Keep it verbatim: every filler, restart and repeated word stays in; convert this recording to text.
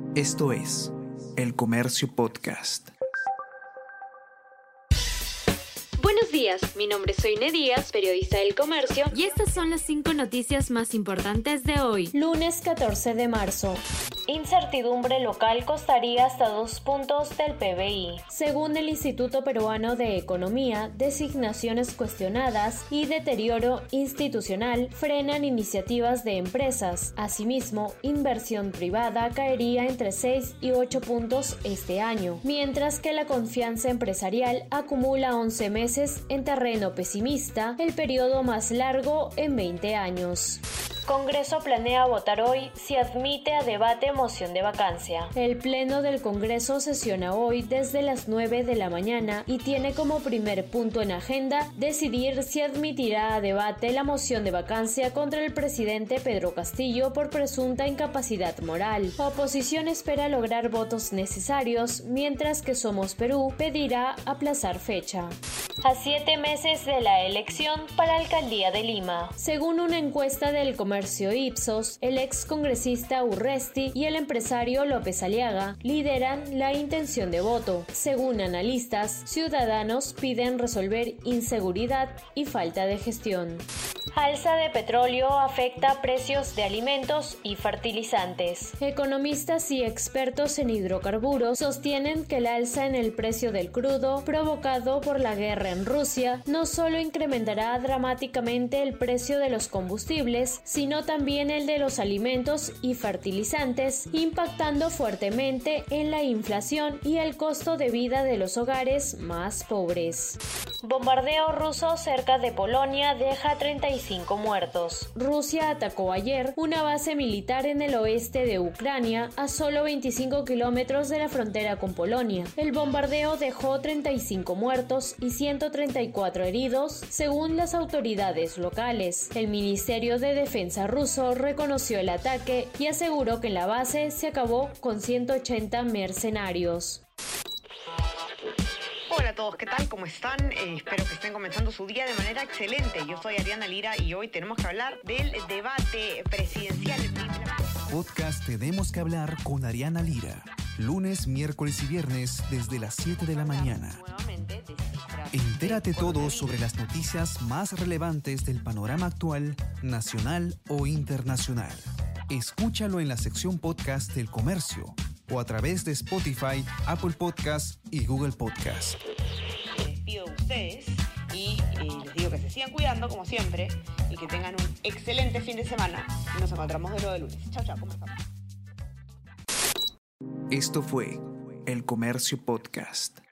Esto es El Comercio Podcast. Buenos días, mi nombre es Soine Díaz, periodista del Comercio, y estas son las cinco noticias más importantes de hoy, lunes catorce de marzo. Incertidumbre local costaría hasta dos puntos del P B I. Según el Instituto Peruano de Economía, designaciones cuestionadas y deterioro institucional frenan iniciativas de empresas. Asimismo, inversión privada caería entre seis y ocho puntos este año, mientras que la confianza empresarial acumula once meses en terreno pesimista, el periodo más largo en veinte años. Congreso planea votar hoy si admite a debate moción de vacancia. El Pleno del Congreso sesiona hoy desde las nueve de la mañana y tiene como primer punto en agenda decidir si admitirá a debate la moción de vacancia contra el presidente Pedro Castillo por presunta incapacidad moral. La oposición espera lograr votos necesarios, mientras que Somos Perú pedirá aplazar fecha. A siete meses de la elección para Alcaldía de Lima. Según una encuesta del Comercio Ipsos, el ex congresista Urresti y el empresario López Aliaga lideran la intención de voto. Según analistas, ciudadanos piden resolver inseguridad y falta de gestión. Alza de petróleo afecta precios de alimentos y fertilizantes. Economistas y expertos en hidrocarburos sostienen que el alza en el precio del crudo provocado por la guerra en Rusia no solo incrementará dramáticamente el precio de los combustibles, sino también el de los alimentos y fertilizantes, impactando fuertemente en la inflación y el costo de vida de los hogares más pobres. Bombardeo ruso cerca de Polonia deja treinta y cinco muertos. Rusia atacó ayer una base militar en el oeste de Ucrania, a solo veinticinco kilómetros de la frontera con Polonia. El bombardeo dejó treinta y cinco muertos y ciento treinta y cuatro heridos, según las autoridades locales. El Ministerio de Defensa ruso reconoció el ataque y aseguró que en la base se acabó con ciento ochenta mercenarios. Hola a todos, ¿qué tal? ¿Cómo están? Eh, espero que estén comenzando su día de manera excelente. Yo soy Ariana Lira y hoy tenemos que hablar del debate presidencial. Podcast Tenemos que hablar con Ariana Lira. Lunes, miércoles y viernes desde las siete de la mañana. Entérate todo sobre las noticias más relevantes del panorama actual, nacional o internacional. Escúchalo en la sección podcast del Comercio o a través de Spotify, Apple Podcasts y Google Podcasts. Me despido de ustedes y eh, les digo que se sigan cuidando como siempre y que tengan un excelente fin de semana y nos encontramos de nuevo el lunes. Chao, chao, ¿cómo están? Esto fue El Comercio Podcast.